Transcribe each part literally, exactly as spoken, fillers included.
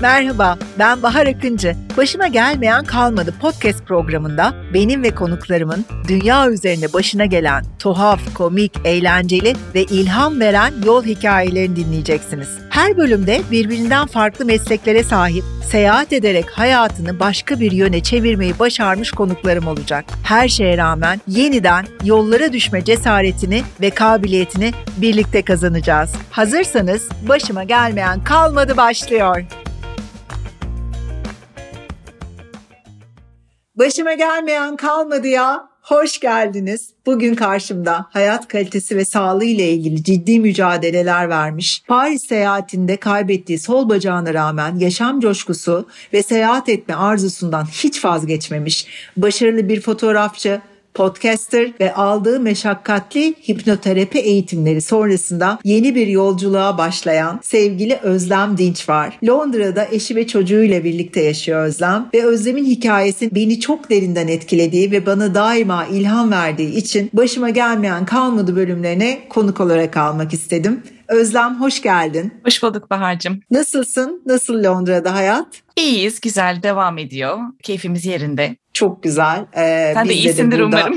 Merhaba, ben Bahar Akıncı. Başıma Gelmeyen Kalmadı podcast programında benim ve konuklarımın dünya üzerinde başına gelen tuhaf, komik, eğlenceli ve ilham veren yol hikayelerini dinleyeceksiniz. Her bölümde birbirinden farklı mesleklere sahip, seyahat ederek hayatını başka bir yöne çevirmeyi başarmış konuklarım olacak. Her şeye rağmen yeniden yollara düşme cesaretini ve kabiliyetini birlikte kazanacağız. Hazırsanız Başıma Gelmeyen Kalmadı başlıyor. Başıma gelmeyen kalmadı ya. Hoş geldiniz. Bugün karşımda hayat kalitesi ve sağlığı ile ilgili ciddi mücadeleler vermiş, Paris seyahatinde kaybettiği sol bacağına rağmen yaşam coşkusu ve seyahat etme arzusundan hiç vazgeçmemiş, başarılı bir fotoğrafçı, podcaster ve aldığı meşakkatli hipnoterapi eğitimleri sonrasında yeni bir yolculuğa başlayan sevgili Özlem Dinç var. Londra'da eşi ve çocuğuyla birlikte yaşıyor Özlem ve Özlem'in hikayesi beni çok derinden etkilediği ve bana daima ilham verdiği için Başıma Gelmeyen Kalmadı bölümlerine konuk olarak almak istedim. Özlem, hoş geldin. Hoş bulduk Bahar'cığım. Nasılsın? Nasıl Londra'da hayat? İyiyiz, güzel, devam ediyor. Keyfimiz yerinde. Çok güzel. Ee, Sen de iyisindir de umarım.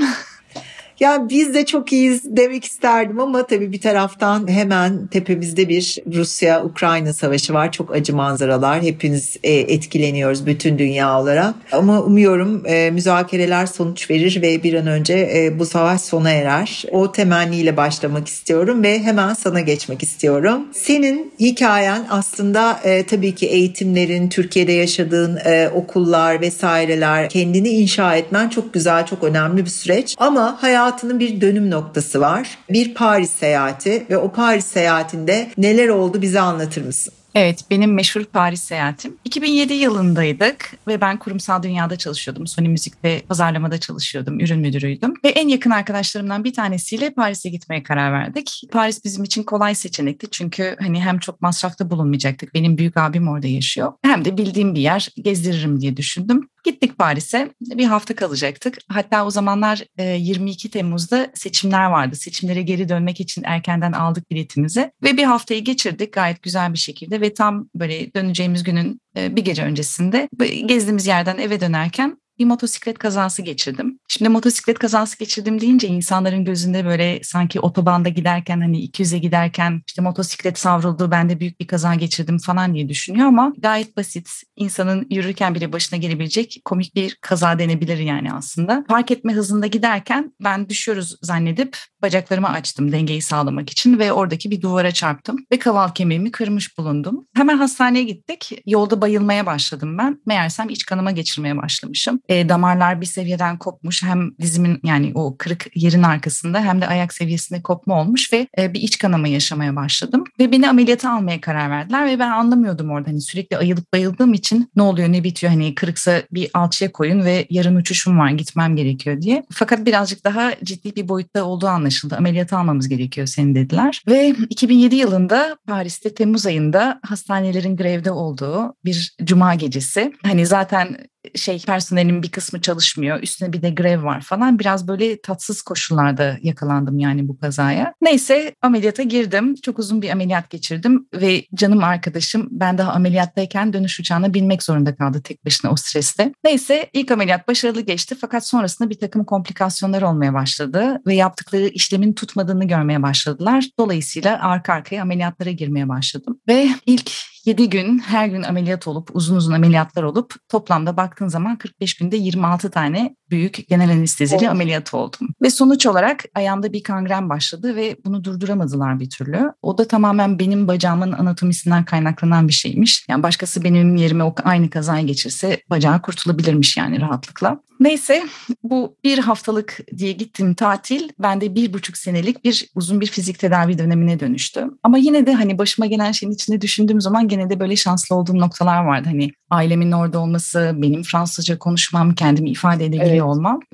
Ya biz de çok iyiyiz demek isterdim ama tabii bir taraftan hemen tepemizde bir Rusya-Ukrayna savaşı var. Çok acı manzaralar. Hepimiz e, etkileniyoruz bütün dünya olarak. Ama umuyorum e, müzakereler sonuç verir ve bir an önce e, bu savaş sona erer. O temenniyle başlamak istiyorum ve hemen sana geçmek istiyorum. Senin hikayen aslında e, tabii ki eğitimlerin, Türkiye'de yaşadığın e, okullar vesaireler, kendini inşa etmen çok güzel, çok önemli bir süreç. Ama hayat hayatının bir dönüm noktası var. Bir Paris seyahati ve o Paris seyahatinde neler oldu bize anlatır mısın? Evet, benim meşhur Paris seyahatim. iki bin yedi yılındaydık ve ben kurumsal dünyada çalışıyordum. Sony Müzik'te pazarlamada çalışıyordum, ürün müdürüydüm. Ve en yakın arkadaşlarımdan bir tanesiyle Paris'e gitmeye karar verdik. Paris bizim için kolay seçenekti çünkü hani hem çok masrafta bulunmayacaktık. Benim büyük abim orada yaşıyor. Hem de bildiğim bir yer, gezdiririm diye düşündüm. Gittik Paris'e, bir hafta kalacaktık. Hatta o zamanlar yirmi iki Temmuz'da seçimler vardı. Seçimlere geri dönmek için erkenden aldık biletimizi ve bir haftayı geçirdik gayet güzel bir şekilde ve tam böyle döneceğimiz günün bir gece öncesinde gezdiğimiz yerden eve dönerken bir motosiklet kazası geçirdim. Şimdi motosiklet kazası geçirdim deyince insanların gözünde böyle sanki otobanda giderken hani iki yüze giderken işte motosiklet savruldu, ben de büyük bir kaza geçirdim falan diye düşünüyor ama gayet basit. İnsanın yürürken bile başına gelebilecek komik bir kaza denebilir yani aslında. Park etme hızında giderken ben düşüyoruz zannedip bacaklarımı açtım dengeyi sağlamak için ve oradaki bir duvara çarptım ve kaval kemiğimi kırmış bulundum. Hemen hastaneye gittik. Yolda bayılmaya başladım ben. Meğersem iç kanama geçirmeye başlamışım. E, damarlar bir seviyeden kopmuş. Hem dizimin yani o kırık yerin arkasında hem de ayak seviyesinde kopma olmuş ve e, bir iç kanama yaşamaya başladım. Ve beni ameliyata almaya karar verdiler ve ben anlamıyordum orada. Hani sürekli ayılıp bayıldığım için ne oluyor ne bitiyor hani kırıksa bir alçıya koyun ve yarın uçuşum var gitmem gerekiyor diye. Fakat birazcık daha ciddi bir boyutta olduğu anlaşıldı. Ameliyata almamız gerekiyor seni dediler. Ve iki bin yedi yılında Paris'te Temmuz ayında hastanelerin grevde olduğu bir cuma gecesi. Hani zaten şey personelin bir kısmı çalışmıyor. Üstüne bir de grev var falan. Biraz böyle tatsız koşullarda yakalandım yani bu kazaya. Neyse ameliyata girdim. Çok uzun bir ameliyat geçirdim ve canım arkadaşım ben daha ameliyattayken dönüş uçağına binmek zorunda kaldı tek başına o streste. Neyse ilk ameliyat başarılı geçti fakat sonrasında bir takım komplikasyonlar olmaya başladı ve yaptıkları işlemin tutmadığını görmeye başladılar. Dolayısıyla arka arkaya ameliyatlara girmeye başladım ve ilk yedi gün her gün ameliyat olup uzun uzun ameliyatlar olup toplamda baktığın zaman kırk beş günde yirmi altı tane büyük genel anestezili oh. ameliyat oldum. Ve sonuç olarak ayağımda bir kangren başladı ve bunu durduramadılar bir türlü. O da tamamen benim bacağımın anatomisinden kaynaklanan bir şeymiş. Yani başkası benim yerime o aynı kazayı geçirse bacağı kurtulabilirmiş yani rahatlıkla. Neyse bu bir haftalık diye gittiğim tatil bende bir buçuk senelik bir uzun bir fizik tedavi dönemine dönüştü. Ama yine de hani başıma gelen şeyin içinde düşündüğüm zaman gene de böyle şanslı olduğum noktalar vardı. Hani ailemin orada olması, benim Fransızca konuşmam, kendimi ifade edebiliyor evet. olmam ve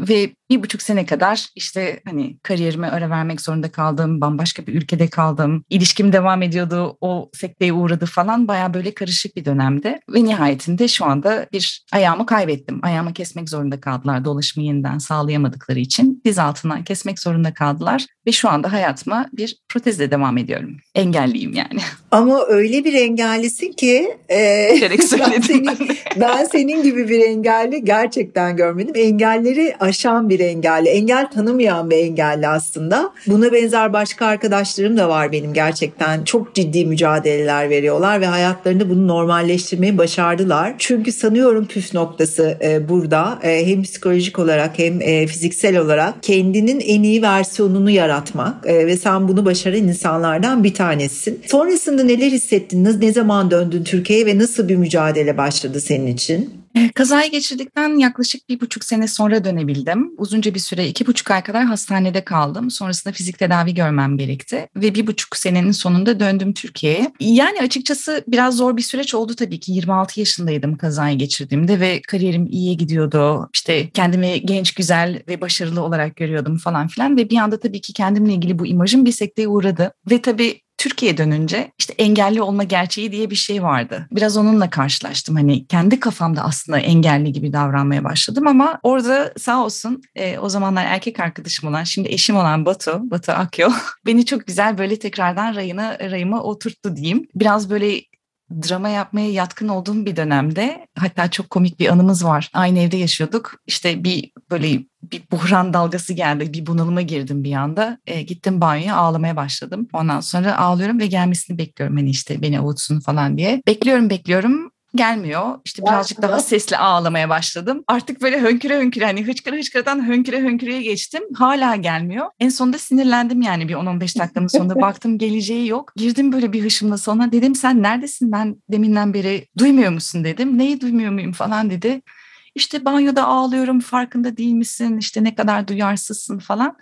Bir buçuk sene kadar işte hani kariyerime ara vermek zorunda kaldım. Bambaşka bir ülkede kaldım. İlişkim devam ediyordu. O sekteye uğradı falan. Bayağı böyle karışık bir dönemde. Ve nihayetinde şu anda bir ayağımı kaybettim. Ayağımı kesmek zorunda kaldılar. Dolaşımı yeniden sağlayamadıkları için diz altından kesmek zorunda kaldılar. Ve şu anda hayatıma bir protezle devam ediyorum. Engelliyim yani. Ama öyle bir engellisin ki e, ben, senin, ben senin gibi bir engelli gerçekten görmedim. Engelleri aşan bir engelli, engel tanımayan bir engelli aslında. Buna benzer başka arkadaşlarım da var benim gerçekten. Çok ciddi mücadeleler veriyorlar ve hayatlarında bunu normalleştirmeyi başardılar. Çünkü sanıyorum püf noktası e, burada e, hem psikolojik olarak hem e, fiziksel olarak kendinin en iyi versiyonunu yaratmak e, ve sen bunu başaran insanlardan bir tanesisin. Sonrasında neler hissettin? Ne zaman döndün Türkiye'ye ve nasıl bir mücadele başladı senin için? Kazayı geçirdikten yaklaşık bir buçuk sene sonra dönebildim. Uzunca bir süre, iki buçuk ay kadar hastanede kaldım. Sonrasında fizik tedavi görmem gerekti. Ve bir buçuk senenin sonunda döndüm Türkiye'ye. Yani açıkçası biraz zor bir süreç oldu tabii ki. yirmi altı yaşındaydım kazayı geçirdiğimde ve kariyerim iyiye gidiyordu. İşte kendimi genç, güzel ve başarılı olarak görüyordum falan filan. Ve bir anda tabii ki kendimle ilgili bu imajım bir sekteye uğradı. Ve tabii Türkiye'ye dönünce işte engelli olma gerçeği diye bir şey vardı. Biraz onunla karşılaştım. Hani kendi kafamda aslında engelli gibi davranmaya başladım ama orada sağ olsun e, o zamanlar erkek arkadaşım olan, şimdi eşim olan Batu, Batu Akyo beni çok güzel böyle tekrardan rayına, rayıma oturttu diyeyim. Biraz böyle drama yapmaya yatkın olduğum bir dönemde, hatta çok komik bir anımız var. Aynı evde yaşıyorduk. İşte bir böyle bir buhran dalgası geldi. Bir bunalıma girdim bir anda. E, gittim banyoya, ağlamaya başladım. Ondan sonra ağlıyorum ve gelmesini bekliyorum. Hani işte beni avutsun falan diye. Bekliyorum bekliyorum. Gelmiyor. İşte birazcık daha sesli ağlamaya başladım. Artık böyle hönküre hönküre, hani hıçkıra hıçkıradan hönküre hönküreye geçtim. Hala gelmiyor. En sonunda sinirlendim yani bir on on beş dakikanın sonunda. Baktım geleceği yok. Girdim böyle bir hışımla sonra. Dedim sen neredesin? Ben deminden beri duymuyor musun dedim. Neyi duymuyor muyum falan dedi. İşte banyoda ağlıyorum, farkında değil misin? İşte ne kadar duyarsızsın falan.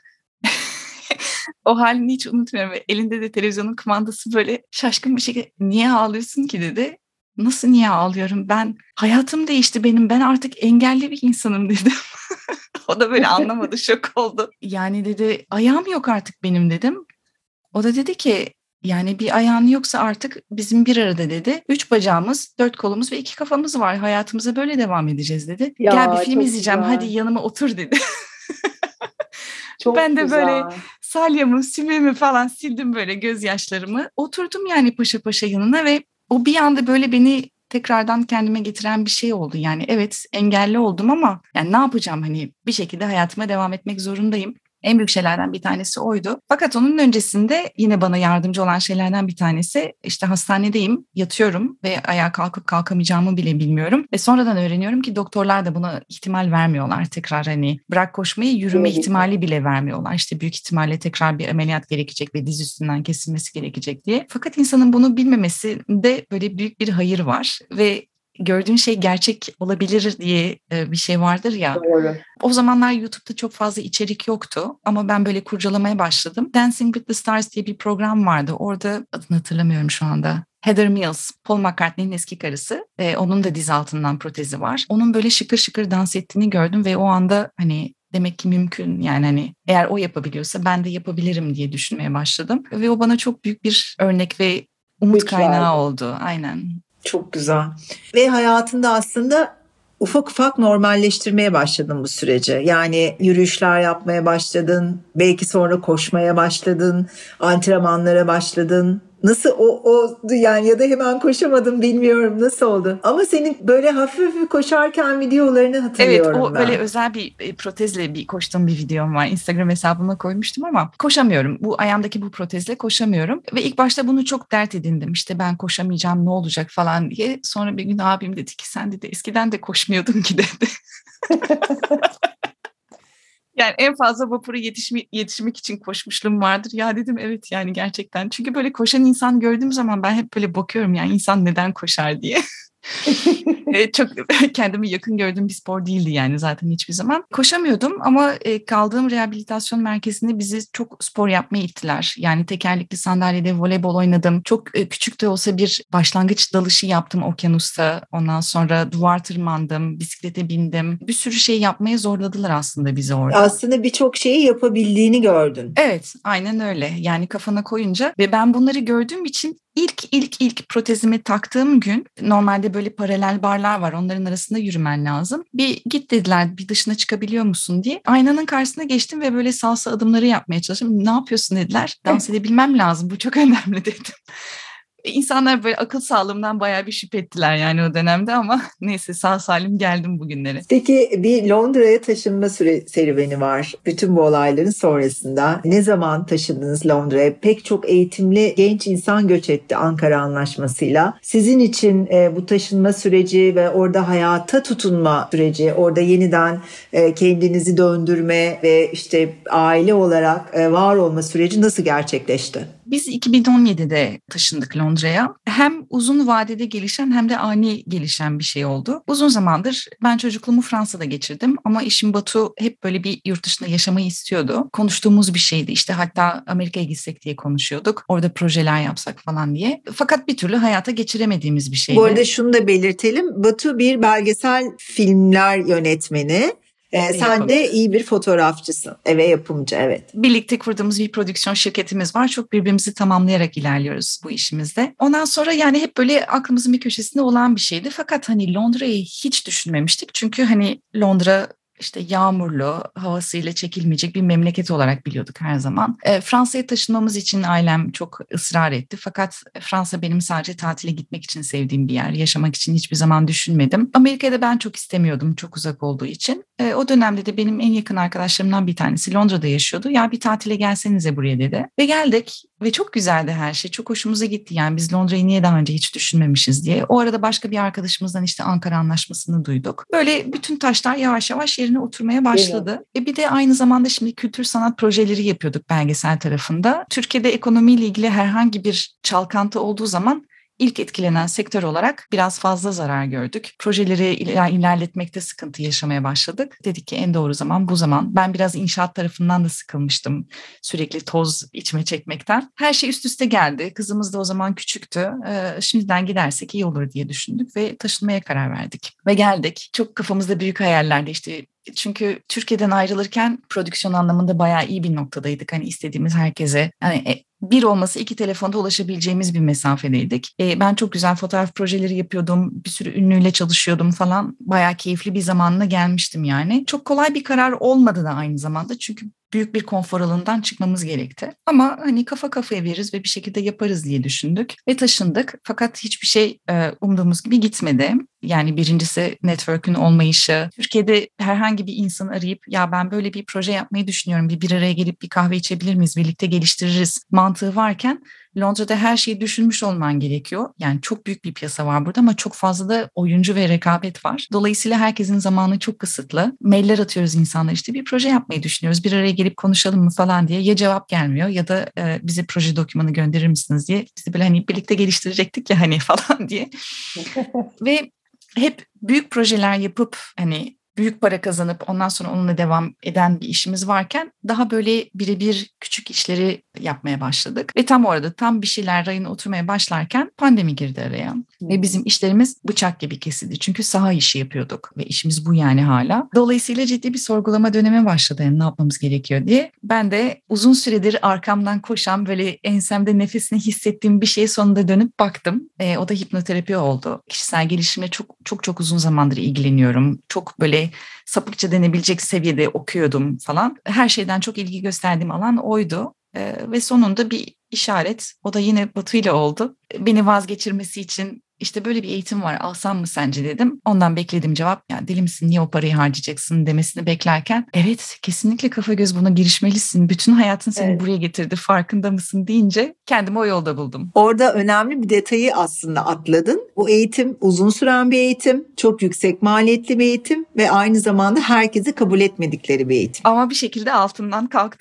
O halini hiç unutmuyorum. Elinde de televizyonun kumandası, böyle şaşkın bir şekilde niye ağlıyorsun ki dedi. Nasıl niye ağlıyorum? Ben hayatım değişti benim. Ben artık engelli bir insanım dedim. O da böyle anlamadı, şok oldu. Yani dedi ayağım yok artık benim dedim. O da dedi ki yani bir ayağın yoksa artık bizim bir arada dedi. Üç bacağımız, dört kolumuz ve iki kafamız var. Hayatımıza böyle devam edeceğiz dedi. Ya, gel bir film izleyeceğim güzel. Hadi yanıma otur dedi. Çok ben de güzel. Böyle salyamı, sümüğümü falan sildim böyle gözyaşlarımı. Oturdum yani paşa paşa yanına ve o bir anda böyle beni tekrardan kendime getiren bir şey oldu. Yani evet engelli oldum ama yani ne yapacağım, hani bir şekilde hayatıma devam etmek zorundayım. En büyük şeylerden bir tanesi oydu. Fakat onun öncesinde yine bana yardımcı olan şeylerden bir tanesi, işte hastanedeyim, yatıyorum ve ayağa kalkıp kalkamayacağımı bile bilmiyorum. Ve sonradan öğreniyorum ki doktorlar da buna ihtimal vermiyorlar. Tekrar hani bırak koşmayı, yürüme evet. ihtimali bile vermiyorlar. İşte büyük ihtimalle tekrar bir ameliyat gerekecek ve diz üstünden kesilmesi gerekecek diye. Fakat insanın bunu bilmemesinde böyle büyük bir hayır var ve gördüğün şey gerçek olabilir diye bir şey vardır ya. Doğru. O zamanlar YouTube'da çok fazla içerik yoktu ama ben böyle kurcalamaya başladım. Dancing with the Stars diye bir program vardı. Orada adını hatırlamıyorum şu anda. Heather Mills, Paul McCartney'nin eski karısı. Ee, onun da diz altından protezi var. Onun böyle şıkır şıkır dans ettiğini gördüm ve o anda hani demek ki mümkün, yani hani eğer o yapabiliyorsa ben de yapabilirim diye düşünmeye başladım. Ve o bana çok büyük bir örnek ve umut Güç kaynağı verdi. Oldu. Aynen. Çok güzel. Ve hayatında aslında ufak ufak normalleştirmeye başladın bu süreci. Yani yürüyüşler yapmaya başladın, belki sonra koşmaya başladın, antrenmanlara başladın. Nasıl o o yani, ya da hemen koşamadım bilmiyorum nasıl oldu. Ama senin böyle hafif hafif koşarken videolarını hatırlıyorum ben. Evet, o ben. Böyle özel bir protezle bir koştuğum bir videom var. Instagram hesabıma koymuştum ama koşamıyorum. Bu ayağımdaki bu protezle koşamıyorum. Ve ilk başta bunu çok dert edindim. İşte ben koşamayacağım, ne olacak falan diye. Sonra bir gün abim dedi ki sen dedi eskiden de koşmuyordun ki dedi. Yani en fazla vapura yetişme, yetişmek için koşmuşluğum vardır. Ya dedim evet yani gerçekten. Çünkü böyle koşan insan gördüğüm zaman ben hep böyle bakıyorum yani insan neden koşar diye. e, çok kendimi yakın gördüğüm bir spor değildi yani zaten hiçbir zaman. Koşamıyordum ama e, kaldığım rehabilitasyon merkezinde bizi çok spor yapmaya ittiler. Yani tekerlekli sandalyede voleybol oynadım. Çok e, küçük de olsa bir başlangıç dalışı yaptım okyanusta. Ondan sonra duvar tırmandım, bisiklete bindim. Bir sürü şey yapmaya zorladılar aslında bizi orada. Aslında birçok şeyi yapabildiğini gördün. Evet, aynen öyle. Yani kafana koyunca ve ben bunları gördüğüm için ilk ilk ilk protezimi taktığım gün normalde böyle paralel barlar var. Onların arasında yürümen lazım. Bir git dediler, bir dışına çıkabiliyor musun diye. Aynanın karşısına geçtim ve böyle salsa adımları yapmaya çalıştım. Ne yapıyorsun dediler. Dans edebilmem lazım. Bu çok önemli dedim. İnsanlar böyle akıl sağlığımdan bayağı bir şüphe ettiler yani o dönemde ama neyse sağ salim geldim bugünlere. Peki bir Londra'ya taşınma süre serüveni var. Bütün bu olayların sonrasında. Ne zaman taşındınız Londra'ya? Pek çok eğitimli genç insan göç etti Ankara Anlaşması'yla. Sizin için e, bu taşınma süreci ve orada hayata tutunma süreci, orada yeniden e, kendinizi döndürme ve işte aile olarak e, var olma süreci nasıl gerçekleşti? Biz iki bin on yedide taşındık Londra'ya. Hem uzun vadede gelişen hem de ani gelişen bir şey oldu. Uzun zamandır ben çocukluğumu Fransa'da geçirdim ama eşim Batu hep böyle bir yurt dışında yaşamayı istiyordu. Konuştuğumuz bir şeydi işte, hatta Amerika'ya gitsek diye konuşuyorduk. Orada projeler yapsak falan diye. Fakat bir türlü hayata geçiremediğimiz bir şeydi. Bu arada şunu da belirtelim. Batu bir belgesel filmler yönetmeni. Ee, sen de iyi bir fotoğrafçısın ve yapımcı, evet. Birlikte kurduğumuz bir prodüksiyon şirketimiz var. Çok birbirimizi tamamlayarak ilerliyoruz bu işimizde. Ondan sonra yani hep böyle aklımızın bir köşesinde olan bir şeydi. Fakat hani Londra'yı hiç düşünmemiştik. Çünkü hani Londra işte yağmurlu, havasıyla çekilmeyecek bir memleket olarak biliyorduk her zaman. E, Fransa'ya taşınmamız için ailem çok ısrar etti. Fakat Fransa benim sadece tatile gitmek için sevdiğim bir yer. Yaşamak için hiçbir zaman düşünmedim. Amerika'da ben çok istemiyordum, çok uzak olduğu için. E, o dönemde de benim en yakın arkadaşlarımdan bir tanesi Londra'da yaşıyordu. Ya bir tatile gelsenize buraya dedi. Ve geldik ve çok güzeldi her şey. Çok hoşumuza gitti. Yani biz Londra'yı niye daha önce hiç düşünmemişiz diye. O arada başka bir arkadaşımızdan işte Ankara Anlaşması'nı duyduk. Böyle bütün taşlar yavaş yavaş yerine oturmaya başladı. E bir de aynı zamanda şimdi kültür sanat projeleri yapıyorduk belgesel tarafında. Türkiye'de ekonomiyle ilgili herhangi bir çalkantı olduğu zaman İlk etkilenen sektör olarak biraz fazla zarar gördük. Projeleri ilerletmekte sıkıntı yaşamaya başladık. Dedik ki en doğru zaman bu zaman. Ben biraz inşaat tarafından da sıkılmıştım. Sürekli toz içime çekmekten. Her şey üst üste geldi. Kızımız da o zaman küçüktü. Ee, şimdiden gidersek iyi olur diye düşündük ve taşınmaya karar verdik. Ve geldik. Çok kafamızda büyük hayallerdi işte. Çünkü Türkiye'den ayrılırken prodüksiyon anlamında bayağı iyi bir noktadaydık. Hani istediğimiz herkese hani bir olması iki telefonda ulaşabileceğimiz bir mesafedeydik. E, ben çok güzel fotoğraf projeleri yapıyordum. Bir sürü ünlüyle çalışıyordum falan. Bayağı keyifli bir zamanına gelmiştim yani. Çok kolay bir karar olmadı da aynı zamanda. Çünkü büyük bir konfor alanından çıkmamız gerekti. Ama hani kafa kafaya veririz ve bir şekilde yaparız diye düşündük ve taşındık. Fakat hiçbir şey e, umduğumuz gibi gitmedi. Yani birincisi network'ün olmayışı. Türkiye'de herhangi bir insan arayıp ya ben böyle bir proje yapmayı düşünüyorum. Bir bir araya gelip bir kahve içebilir miyiz? Birlikte geliştiririz mantığı varken Londra'da her şeyi düşünmüş olman gerekiyor. Yani çok büyük bir piyasa var burada ama çok fazla da oyuncu ve rekabet var. Dolayısıyla herkesin zamanı çok kısıtlı. Mailler atıyoruz insanlar işte bir proje yapmayı düşünüyoruz. Bir araya gelip konuşalım mı falan diye. Ya cevap gelmiyor ya da e, bize proje dokümanı gönderir misiniz diye. Biz de böyle hani birlikte geliştirecektik ya hani falan diye. Ve hep büyük projeler yapıp hani büyük para kazanıp ondan sonra onunla devam eden bir işimiz varken daha böyle birebir küçük işleri yapmaya başladık. Ve tam orada tam bir şeyler rayına oturmaya başlarken pandemi girdi araya. Hmm. Ve bizim işlerimiz bıçak gibi kesildi. Çünkü saha işi yapıyorduk ve işimiz bu yani hala. Dolayısıyla ciddi bir sorgulama dönemi başladı. Yani ne yapmamız gerekiyor diye. Ben de uzun süredir arkamdan koşan böyle ensemde nefesini hissettiğim bir şeye sonunda dönüp baktım. E, o da hipnoterapi oldu. Kişisel gelişimle çok çok çok uzun zamandır ilgileniyorum. Çok böyle sapıkça denebilecek seviyede okuyordum falan. Her şeyden çok ilgi gösterdiğim alan oydu. Ee, ve sonunda bir işaret, o da yine Batu ile oldu. Beni vazgeçirmesi için işte böyle bir eğitim var, alsam mı sence dedim. Ondan beklediğim cevap ya deli misin, niye o parayı harcayacaksın demesini beklerken evet kesinlikle kafa göz buna girişmelisin. Bütün hayatın seni evet. buraya getirdi, farkında mısın deyince kendimi o yolda buldum. Orada önemli bir detayı aslında atladın. Bu eğitim uzun süren bir eğitim, çok yüksek maliyetli bir eğitim ve aynı zamanda herkesi kabul etmedikleri bir eğitim. Ama bir şekilde altından kalktım.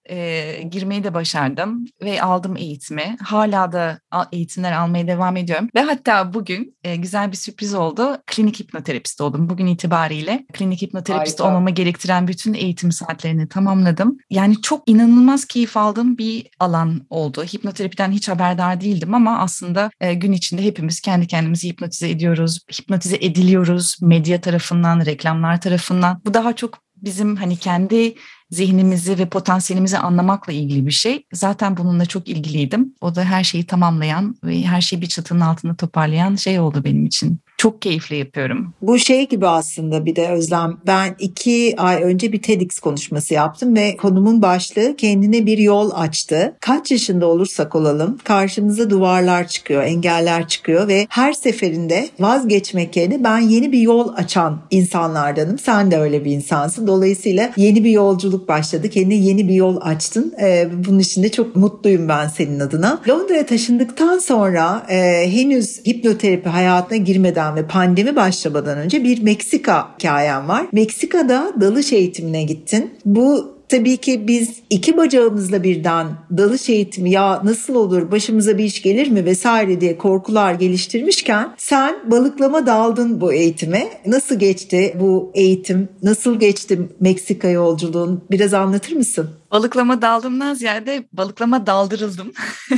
e, girmeyi de başardım ve aldım eğitimi. Hala da eğitimler almaya devam ediyorum. Ve hatta bugün e, güzel bir sürpriz oldu. Klinik hipnoterapist oldum. Bugün itibariyle klinik hipnoterapist Harika. olmama gerektiren bütün eğitim saatlerini tamamladım. Yani çok inanılmaz keyif aldığım bir alan oldu. Hipnoterapiden hiç haberdar değildim ama aslında e, gün içinde hepimiz kendi kendimizi hipnotize ediyoruz. Hipnotize ediliyoruz medya tarafından, reklamlar tarafından. Bu daha çok bizim hani kendi zihnimizi ve potansiyelimizi anlamakla ilgili bir şey. Zaten bununla çok ilgiliydim. O da her şeyi tamamlayan ve her şeyi bir çatının altında toparlayan şey oldu benim için. Çok keyifli yapıyorum. Bu şey gibi aslında bir de Özlem. Ben iki ay önce bir TEDx konuşması yaptım ve konumun başlığı kendine bir yol açtı. Kaç yaşında olursak olalım karşımıza duvarlar çıkıyor, engeller çıkıyor ve her seferinde vazgeçmek yerine ben yeni bir yol açan insanlardanım. Sen de öyle bir insansın. Dolayısıyla yeni bir yolculuk başladı. Kendine yeni bir yol açtın. Ee, bunun için de çok mutluyum ben senin adına. Londra'ya taşındıktan sonra e, henüz hipnoterapi hayatına girmeden ve pandemi başlamadan önce bir Meksika hikayem var. Meksika'da dalış eğitimine gittin. Bu tabii ki biz iki bacağımızla birden dalış eğitimi ya nasıl olur başımıza bir iş gelir mi vesaire diye korkular geliştirmişken sen balıklama daldın bu eğitime. Nasıl geçti bu eğitim? Nasıl geçti Meksika yolculuğun? Biraz anlatır mısın? Balıklama daldığımdan ziyade balıklama daldırıldım.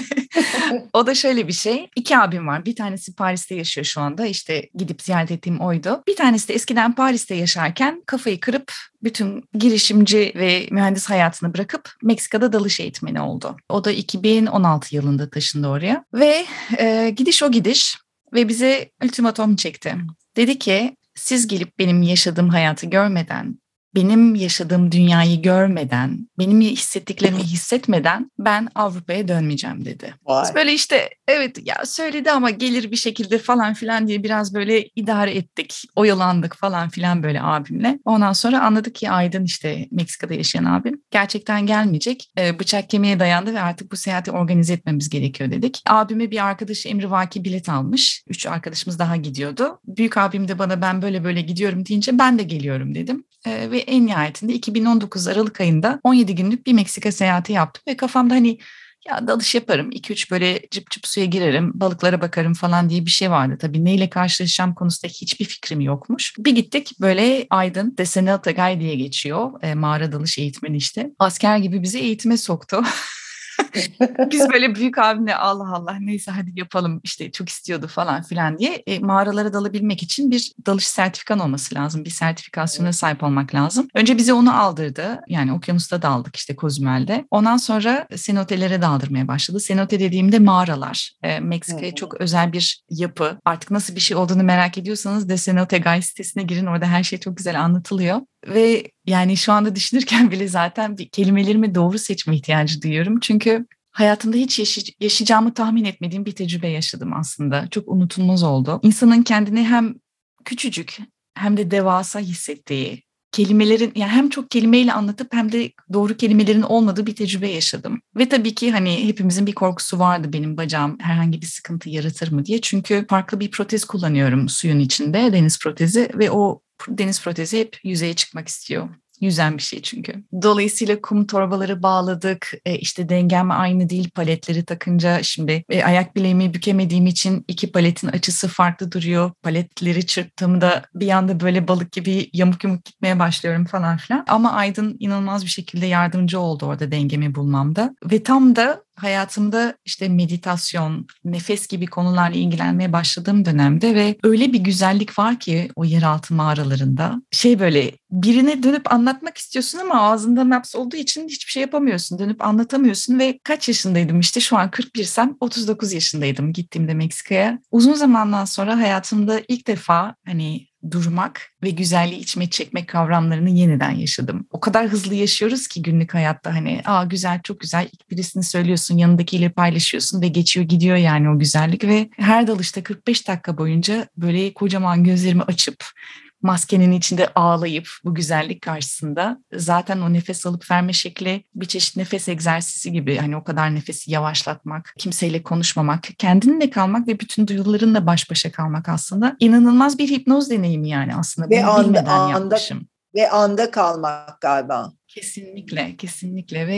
O da şöyle bir şey. İki abim var. Bir tanesi Paris'te yaşıyor şu anda. İşte gidip ziyaret ettiğim oydu. Bir tanesi de eskiden Paris'te yaşarken kafayı kırıp bütün girişimci ve mühendis hayatını bırakıp Meksika'da dalış eğitmeni oldu. O da iki bin on altı yılında taşındı oraya. Ve e, gidiş o gidiş ve bize ultimatom çekti. Dedi ki siz gelip benim yaşadığım hayatı görmeden, benim yaşadığım dünyayı görmeden, benim hissettiklerimi hissetmeden ben Avrupa'ya dönmeyeceğim dedi. Vay. Biz böyle işte evet ya söyledi ama gelir bir şekilde falan filan diye biraz böyle idare ettik, oyalandık falan filan böyle abimle. Ondan sonra anladık ki Aydın işte Meksika'da yaşayan abim gerçekten gelmeyecek. Ee, bıçak kemiğe dayandı ve artık bu seyahati organize etmemiz gerekiyor dedik. Abime bir arkadaşı emrivaki bilet almış. Üç arkadaşımız daha gidiyordu. Büyük abim de bana ben böyle böyle gidiyorum deyince ben de geliyorum dedim. Ee, ve en nihayetinde iki bin on dokuz Aralık ayında on yedi günlük bir Meksika seyahati yaptım ve kafamda hani ya dalış yaparım, iki üç böyle cıp cıp suya girerim, balıklara bakarım falan diye bir şey vardı. Tabii neyle karşılaşacağım konusunda hiçbir fikrim yokmuş. Bir gittik böyle Aydın Desenel Tagay diye geçiyor, e, mağara dalış eğitmeni işte. Asker gibi bizi eğitime soktu. Biz böyle büyük abimle Allah Allah neyse hadi yapalım işte çok istiyordu falan filan diye e, mağaralara dalabilmek için bir dalış sertifikan olması lazım. Bir sertifikasyona sahip olmak lazım. Önce bize onu aldırdı. Yani okyanusta daldık işte Cozümel'de. Ondan sonra cenotelere daldırmaya başladı. Cenote dediğimde mağaralar. E, Meksika'ya çok özel bir yapı. Artık nasıl bir şey olduğunu merak ediyorsanız de Cenote Guide sitesine girin. Orada her şey çok güzel anlatılıyor. Ve yani şu anda düşünürken bile zaten bir kelimelerimi doğru seçme ihtiyacı duyuyorum. Çünkü hayatımda hiç yaşay- yaşayacağımı tahmin etmediğim bir tecrübe yaşadım aslında. Çok unutulmaz oldu. İnsanın kendini hem küçücük hem de devasa hissettiği, kelimelerin yani hem çok kelimeyle anlatıp hem de doğru kelimelerin olmadığı bir tecrübe yaşadım. Ve tabii ki hani hepimizin bir korkusu vardı benim bacağım herhangi bir sıkıntı yaratır mı diye. Çünkü farklı bir protez kullanıyorum suyun içinde, deniz protezi ve o deniz protezi hep yüzeye çıkmak istiyor. Yüzen bir şey çünkü. Dolayısıyla kum torbaları bağladık. E, işte dengem aynı değil paletleri takınca. Şimdi e, ayak bileğimi bükemediğim için iki paletin açısı farklı duruyor. Paletleri çırptığımda bir anda böyle balık gibi yamuk yumuk gitmeye başlıyorum falan filan. Ama Aydın inanılmaz bir şekilde yardımcı oldu orada dengemi bulmamda. Ve tam da hayatımda işte meditasyon, nefes gibi konularla ilgilenmeye başladığım dönemde ve öyle bir güzellik var ki o yeraltı mağaralarında. Şey böyle birine dönüp anlatmak istiyorsun ama ağzında maps olduğu için hiçbir şey yapamıyorsun. Dönüp anlatamıyorsun ve kaç yaşındaydım işte şu an kırk birsem otuz dokuz yaşındaydım gittiğimde Meksika'ya. Uzun zamandan sonra hayatımda ilk defa hani durmak ve güzelliği içime çekmek kavramlarını yeniden yaşadım. O kadar hızlı yaşıyoruz ki günlük hayatta hani aa güzel çok güzel ilk birisini söylüyorsun yanındakiyle paylaşıyorsun ve geçiyor gidiyor yani o güzellik ve her dalışta kırk beş dakika boyunca böyle kocaman gözlerimi açıp maskenin içinde ağlayıp bu güzellik karşısında zaten o nefes alıp verme şekli bir çeşit nefes egzersizi gibi. Hani o kadar nefesi yavaşlatmak, kimseyle konuşmamak, kendinle kalmak ve bütün duyularınla baş başa kalmak aslında inanılmaz bir hipnoz deneyimi yani aslında. Ve Bunu anda, bilmeden anda yapmışım. ve anda kalmak galiba. Kesinlikle, kesinlikle ve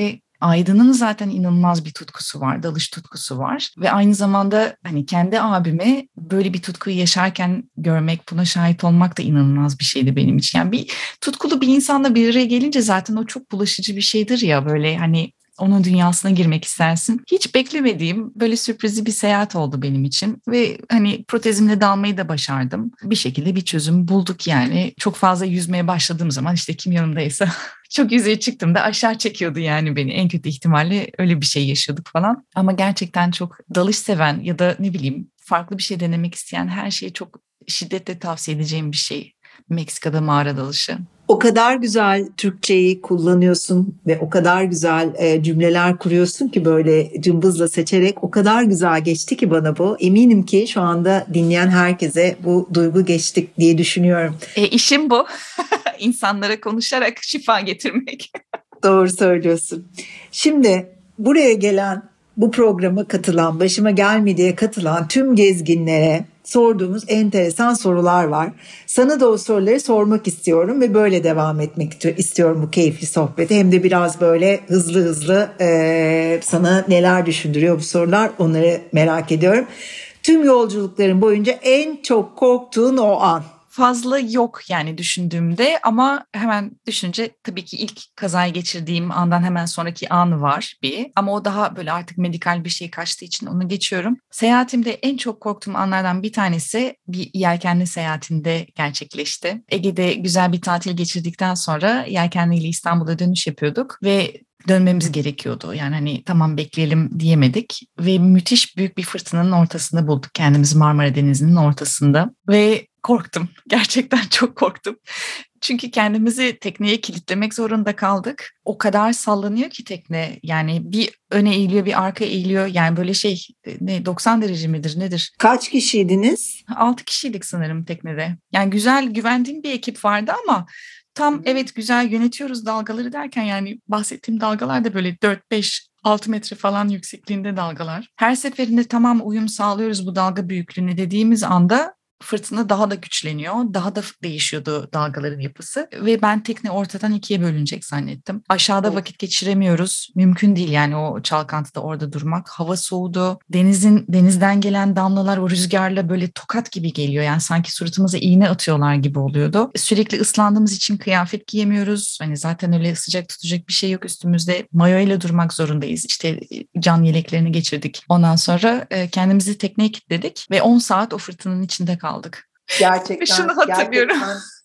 Aydın'ın zaten inanılmaz bir tutkusu var, dalış tutkusu var. Ve aynı zamanda hani kendi abime böyle bir tutkuyu yaşarken görmek, buna şahit olmak da inanılmaz bir şeydi benim için. Yani bir tutkulu bir insanla bir araya gelince zaten o çok bulaşıcı bir şeydir ya, böyle hani onun dünyasına girmek istersin. Hiç beklemediğim böyle sürprizi bir seyahat oldu benim için ve hani protezimle dalmayı da başardım. Bir şekilde bir çözüm bulduk yani. Çok fazla yüzmeye başladığım zaman işte kim yanımdaysa çok yüzeye çıktığımda aşağı çekiyordu yani beni. En kötü ihtimalle öyle bir şey yaşıyorduk falan. Ama gerçekten çok dalış seven ya da ne bileyim farklı bir şey denemek isteyen her şeyi çok şiddetle tavsiye edeceğim bir şey. Meksika'da mağara dalışı. O kadar güzel Türkçeyi kullanıyorsun ve o kadar güzel e, cümleler kuruyorsun ki böyle cımbızla seçerek o kadar güzel geçti ki bana bu. Eminim ki şu anda dinleyen herkese bu duygu geçti diye düşünüyorum. E, işim bu. İnsanlara konuşarak şifa getirmek. Doğru söylüyorsun. Şimdi buraya gelen, bu programa katılan, Başıma Gelmedi'ye katılan tüm gezginlere sorduğumuz enteresan sorular var. Sana da o soruları sormak istiyorum ve böyle devam etmek istiyorum bu keyifli sohbeti. Hem de biraz böyle hızlı hızlı e, sana neler düşündürüyor bu sorular, onları merak ediyorum. Tüm yolculukların boyunca en çok korktuğun o an. Fazla yok yani düşündüğümde, ama hemen düşünce tabii ki ilk kazayı geçirdiğim andan hemen sonraki an var bir. Ama o daha böyle artık medikal bir şey kaçtığı için onu geçiyorum. Seyahatimde en çok korktuğum anlardan bir tanesi bir yelkenli seyahatinde gerçekleşti. Ege'de güzel bir tatil geçirdikten sonra yelkenliyle İstanbul'a dönüş yapıyorduk ve dönmemiz gerekiyordu. Yani hani tamam bekleyelim diyemedik ve müthiş büyük bir fırtınanın ortasında bulduk kendimizi, Marmara Denizi'nin ortasında ve korktum. Gerçekten çok korktum. Çünkü kendimizi tekneye kilitlemek zorunda kaldık. O kadar sallanıyor ki tekne. Yani bir öne eğiliyor, bir arkaya eğiliyor. Yani böyle şey ne doksan derece midir nedir? Kaç kişiydiniz? altı kişiydik sanırım teknede. Yani güzel, güvendiğim bir ekip vardı ama tam evet güzel yönetiyoruz dalgaları derken yani bahsettiğim dalgalar da böyle dört beş altı metre falan yüksekliğinde dalgalar. Her seferinde tamam uyum sağlıyoruz bu dalga büyüklüğüne dediğimiz anda fırtına daha da güçleniyor. Daha da değişiyordu dalgaların yapısı ve ben tekne ortadan ikiye bölünecek zannettim. Aşağıda vakit geçiremiyoruz. Mümkün değil yani o çalkantıda orada durmak. Hava soğudu. Denizin denizden gelen damlalar o rüzgarla böyle tokat gibi geliyor. Yani sanki suratımıza iğne atıyorlar gibi oluyordu. Sürekli ıslandığımız için kıyafet giyemiyoruz. Hani zaten öyle sıcak tutacak bir şey yok üstümüzde. Mayo ile durmak zorundayız. İşte can yeleklerini geçirdik. Ondan sonra kendimizi tekneye kilitledik ve on saat o fırtınanın içinde kaldık. Aldık. Gerçekten. Şunu hatırlıyorum.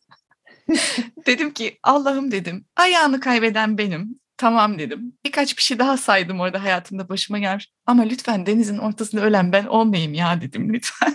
Gerçekten. Dedim ki Allah'ım dedim, ayağını kaybeden benim. Tamam dedim. Birkaç bir şey daha saydım orada hayatımda başıma gelmiş. Ama lütfen denizin ortasında ölen ben olmayayım ya dedim lütfen.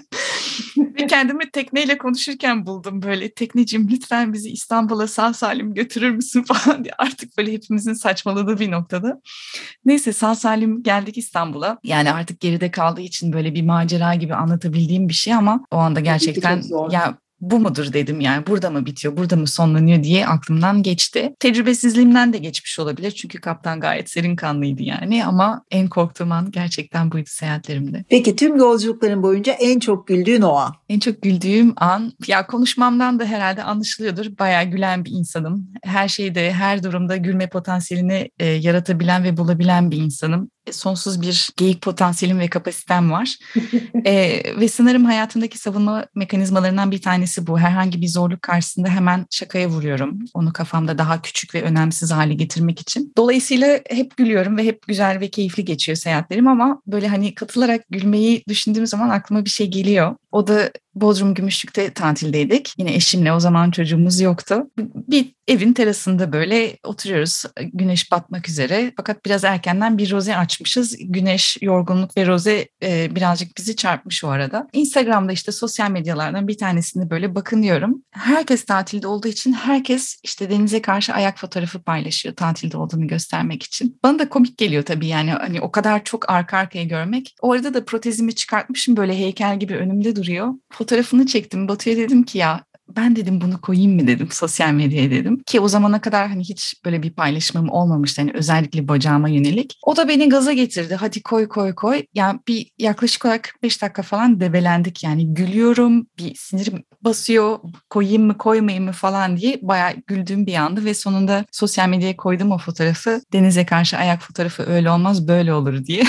Ve kendimi tekneyle konuşurken buldum böyle. Tekneciğim lütfen bizi İstanbul'a sağ salim götürür müsün falan diye. Artık böyle hepimizin saçmaladığı bir noktada. Neyse sağ salim geldik İstanbul'a. Yani artık geride kaldığı için böyle bir macera gibi anlatabildiğim bir şey ama o anda gerçekten ya bu mudur dedim yani burada mı bitiyor, burada mı sonlanıyor diye aklımdan geçti. Tecrübesizliğimden de geçmiş olabilir çünkü kaptan gayet serin kanlıydı yani ama en korktuğum an gerçekten buydu seyahatlerimde. Peki tüm yolculukların boyunca en çok güldüğün o an? En çok güldüğüm an, ya konuşmamdan da herhalde anlaşılıyordur. Bayağı gülen bir insanım. Her şeyde, her durumda gülme potansiyelini e, yaratabilen ve bulabilen bir insanım. E, sonsuz bir geyik potansiyelim ve kapasitem var. e, ve sanırım hayatımdaki savunma mekanizmalarından bir tanesi bu. Herhangi bir zorluk karşısında hemen şakaya vuruyorum. Onu kafamda daha küçük ve önemsiz hale getirmek için. Dolayısıyla hep gülüyorum ve hep güzel ve keyifli geçiyor seyahatlerim ama böyle hani katılarak gülmeyi düşündüğüm zaman aklıma bir şey geliyor. O da Bodrum Gümüşlük'te tatildeydik. Yine eşimle, o zaman çocuğumuz yoktu. Bir evin terasında böyle oturuyoruz. Güneş batmak üzere. Fakat biraz erkenden bir roze açmışız. Güneş, yorgunluk ve roze e, birazcık bizi çarpmış o arada. Instagram'da işte sosyal medyalardan bir tanesinde böyle bakınıyorum. Herkes tatilde olduğu için herkes işte denize karşı ayak fotoğrafı paylaşıyor tatilde olduğunu göstermek için. Bana da komik geliyor tabii yani hani o kadar çok arka arkaya görmek. O arada da protezimi çıkartmışım böyle heykel gibi önümde duruyor. Fotoğrafını çektim. Batu'ya dedim ki ya ben dedim bunu koyayım mı dedim sosyal medyaya dedim. Ki o zamana kadar hani hiç böyle bir paylaşımım olmamıştı. Hani özellikle bacağıma yönelik. O da beni gaza getirdi. Hadi koy koy koy. Yani bir yaklaşık olarak kırk beş dakika falan debelendik. Yani gülüyorum, bir sinirim basıyor. Koyayım mı koymayayım mı falan diye bayağı güldüğüm bir andı ve sonunda sosyal medyaya koydum o fotoğrafı. Denize karşı ayak fotoğrafı öyle olmaz böyle olur diye.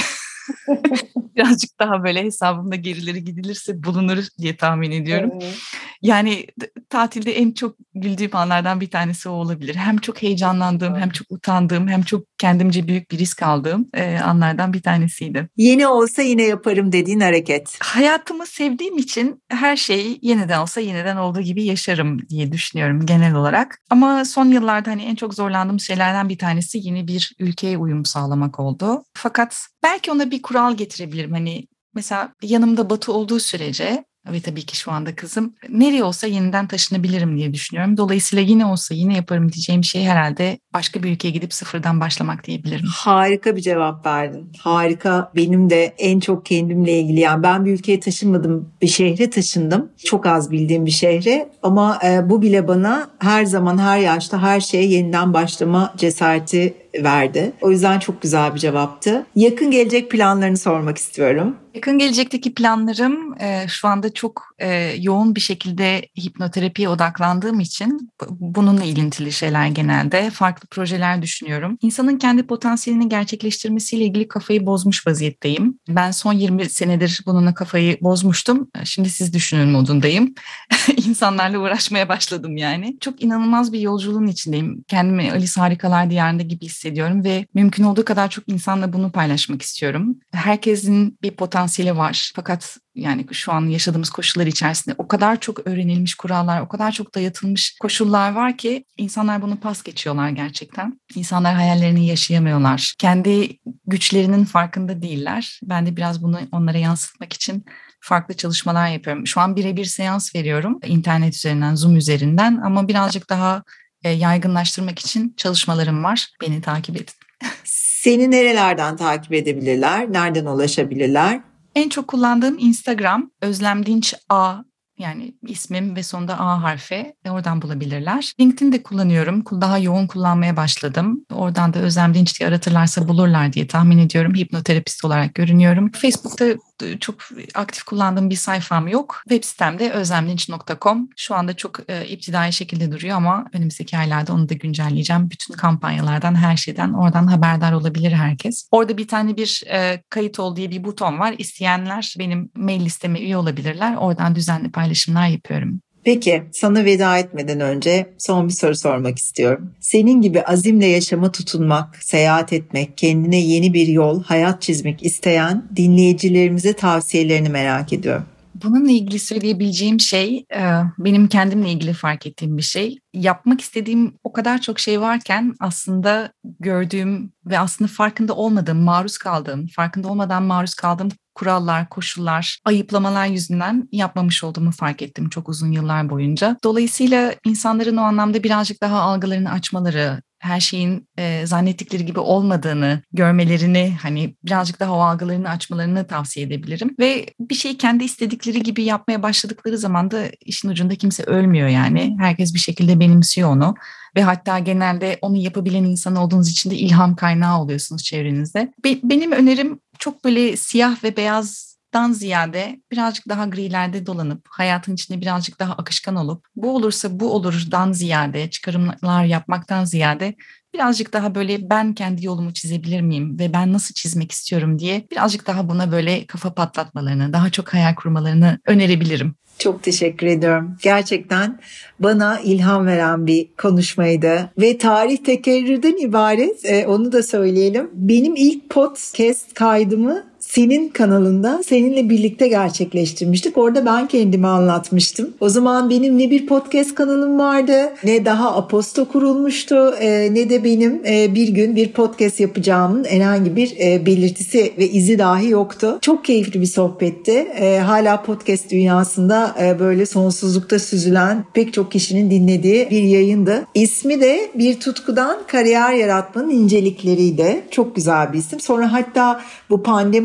Birazcık daha böyle hesabımda gerileri gidilirse bulunur diye tahmin ediyorum. Evet. Yani tatilde en çok güldüğüm anlardan bir tanesi o olabilir. Hem çok heyecanlandığım, hem çok utandığım, hem çok kendimce büyük bir risk aldığım e, anlardan bir tanesiydi. Yine olsa yine yaparım dediğin hareket. Hayatımı sevdiğim için her şeyi yeniden olsa yeniden olduğu gibi yaşarım diye düşünüyorum genel olarak. Ama son yıllarda hani en çok zorlandığım şeylerden bir tanesi yeni bir ülkeye uyum sağlamak oldu. Fakat belki ona bir kural getirebilirim. Hani mesela yanımda Batu olduğu sürece ve tabii ki şu anda kızım nereye olsa yeniden taşınabilirim diye düşünüyorum. Dolayısıyla yine olsa yine yaparım diyeceğim şey herhalde başka bir ülkeye gidip sıfırdan başlamak diyebilirim. Harika bir cevap verdin. Harika. Benim de en çok kendimle ilgili. Yani ben bir ülkeye taşınmadım, bir şehre taşındım. Çok az bildiğim bir şehre ama e, bu bile bana her zaman, her yaşta, her şeye yeniden başlama cesareti verdi. O yüzden çok güzel bir cevaptı. Yakın gelecek planlarını sormak istiyorum. Yakın gelecekteki planlarım e, şu anda çok e, yoğun bir şekilde hipnoterapiye odaklandığım için bununla ilintili şeyler genelde. Farklı projeler düşünüyorum. İnsanın kendi potansiyelini gerçekleştirmesiyle ilgili kafayı bozmuş vaziyetteyim. Ben son yirmi senedir bununla kafayı bozmuştum. Şimdi siz düşünün modundayım. İnsanlarla uğraşmaya başladım yani. Çok inanılmaz bir yolculuğun içindeyim. Kendimi Alice Harikalar Diyarı'nda gibi hissediyorum ve mümkün olduğu kadar çok insanla bunu paylaşmak istiyorum. Herkesin bir potansiyeli var. Fakat yani şu an yaşadığımız koşullar içerisinde o kadar çok öğrenilmiş kurallar, o kadar çok dayatılmış koşullar var ki insanlar bunu pas geçiyorlar gerçekten. İnsanlar hayallerini yaşayamıyorlar. Kendi güçlerinin farkında değiller. Ben de biraz bunu onlara yansıtmak için farklı çalışmalar yapıyorum. Şu an birebir seans veriyorum. İnternet üzerinden, Zoom üzerinden ama birazcık daha yaygınlaştırmak için çalışmalarım var. Beni takip edin. Seni nerelerden takip edebilirler? Nereden ulaşabilirler? En çok kullandığım Instagram, Özlem Dinç A, yani ismim ve sonunda A harfi. Oradan bulabilirler. LinkedIn'de kullanıyorum. Daha yoğun kullanmaya başladım. Oradan da Özlem Dinç diye aratırlarsa bulurlar diye tahmin ediyorum. Hipnoterapist olarak görünüyorum. Facebook'ta çok aktif kullandığım bir sayfam yok. Web sitemde özlemdinç nokta com. Şu anda çok e, iptidai şekilde duruyor ama önümüzdeki aylarda onu da güncelleyeceğim. Bütün kampanyalardan, her şeyden oradan haberdar olabilir herkes. Orada bir tane bir e, kayıt ol diye bir buton var. İsteyenler benim mail listeme üye olabilirler. Oradan düzenli paylaşımlar yapıyorum. Peki, sana veda etmeden önce son bir soru sormak istiyorum. Senin gibi azimle yaşama tutunmak, seyahat etmek, kendine yeni bir yol, hayat çizmek isteyen dinleyicilerimize tavsiyelerini merak ediyorum. Bununla ilgili söyleyebileceğim şey benim kendimle ilgili fark ettiğim bir şey. Yapmak istediğim o kadar çok şey varken aslında gördüğüm ve aslında farkında olmadığım, maruz kaldığım, farkında olmadan maruz kaldığım kurallar, koşullar, ayıplamalar yüzünden yapmamış olduğumu fark ettim çok uzun yıllar boyunca. Dolayısıyla insanların o anlamda birazcık daha algılarını açmaları, her şeyin e, zannettikleri gibi olmadığını görmelerini, hani birazcık daha o algılarını açmalarını tavsiye edebilirim. Ve bir şeyi kendi istedikleri gibi yapmaya başladıkları zaman da işin ucunda kimse ölmüyor yani. Herkes bir şekilde benimsiyor onu. Ve hatta genelde onu yapabilen insan olduğunuz için de ilham kaynağı oluyorsunuz çevrenizde. Be- benim önerim çok böyle siyah ve beyazdan ziyade birazcık daha grilerde dolanıp hayatın içinde birazcık daha akışkan olup bu olursa bu olurdan ziyade çıkarımlar yapmaktan ziyade birazcık daha böyle ben kendi yolumu çizebilir miyim ve ben nasıl çizmek istiyorum diye birazcık daha buna böyle kafa patlatmalarını, daha çok hayal kurmalarını önerebilirim. Çok teşekkür ediyorum. Gerçekten bana ilham veren bir konuşmaydı. Ve tarih tekerrürden ibaret, e, onu da söyleyelim. Benim ilk podcast kaydımı senin kanalında seninle birlikte gerçekleştirmiştik. Orada ben kendimi anlatmıştım. O zaman benim ne bir podcast kanalım vardı, ne daha Aposto kurulmuştu, e, ne de benim e, bir gün bir podcast yapacağımın herhangi bir e, belirtisi ve izi dahi yoktu. Çok keyifli bir sohbetti. E, hala podcast dünyasında e, böyle sonsuzlukta süzülen pek çok kişinin dinlediği bir yayındı. İsmi de Bir Tutkudan Kariyer Yaratmanın İncelikleriydi. Çok güzel bir isim. Sonra hatta bu pandemi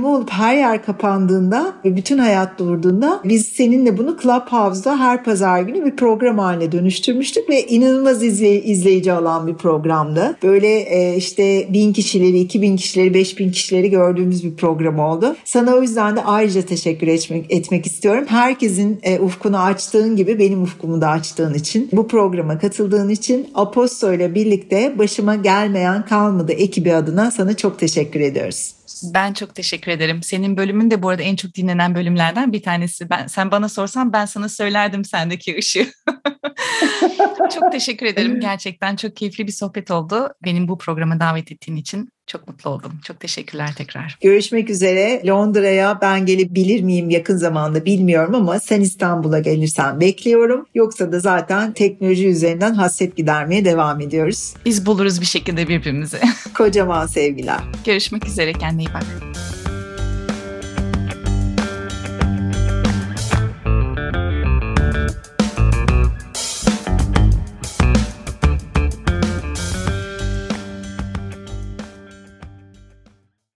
olup her yer kapandığında ve bütün hayat durduğunda biz seninle bunu Clubhouse'da her pazar günü bir program haline dönüştürmüştük ve inanılmaz izley- izleyici alan bir programdı. Böyle e, işte bin kişileri, iki bin kişileri, beş bin kişileri gördüğümüz bir program oldu. Sana o yüzden de ayrıca teşekkür etmek, etmek istiyorum. Herkesin e, ufkunu açtığın gibi benim ufkumu da açtığın için, bu programa katıldığın için, Aposto ile birlikte Başıma Gelmeyen Kalmadı ekibi adına sana çok teşekkür ediyoruz. Ben çok teşekkür ederim. Senin bölümün de bu arada en çok dinlenen bölümlerden bir tanesi. Ben, sen bana sorsan ben sana söylerdim sendeki ışığı. Çok teşekkür ederim. Gerçekten çok keyifli bir sohbet oldu. Benim bu programa davet ettiğin için çok mutlu oldum. Çok teşekkürler tekrar. Görüşmek üzere. Londra'ya ben gelebilir miyim yakın zamanda bilmiyorum ama sen İstanbul'a gelirsen bekliyorum. Yoksa da zaten teknoloji üzerinden hasret gidermeye devam ediyoruz. Biz buluruz bir şekilde birbirimizi. Kocaman sevgiler. Görüşmek üzere. Kendine iyi bak.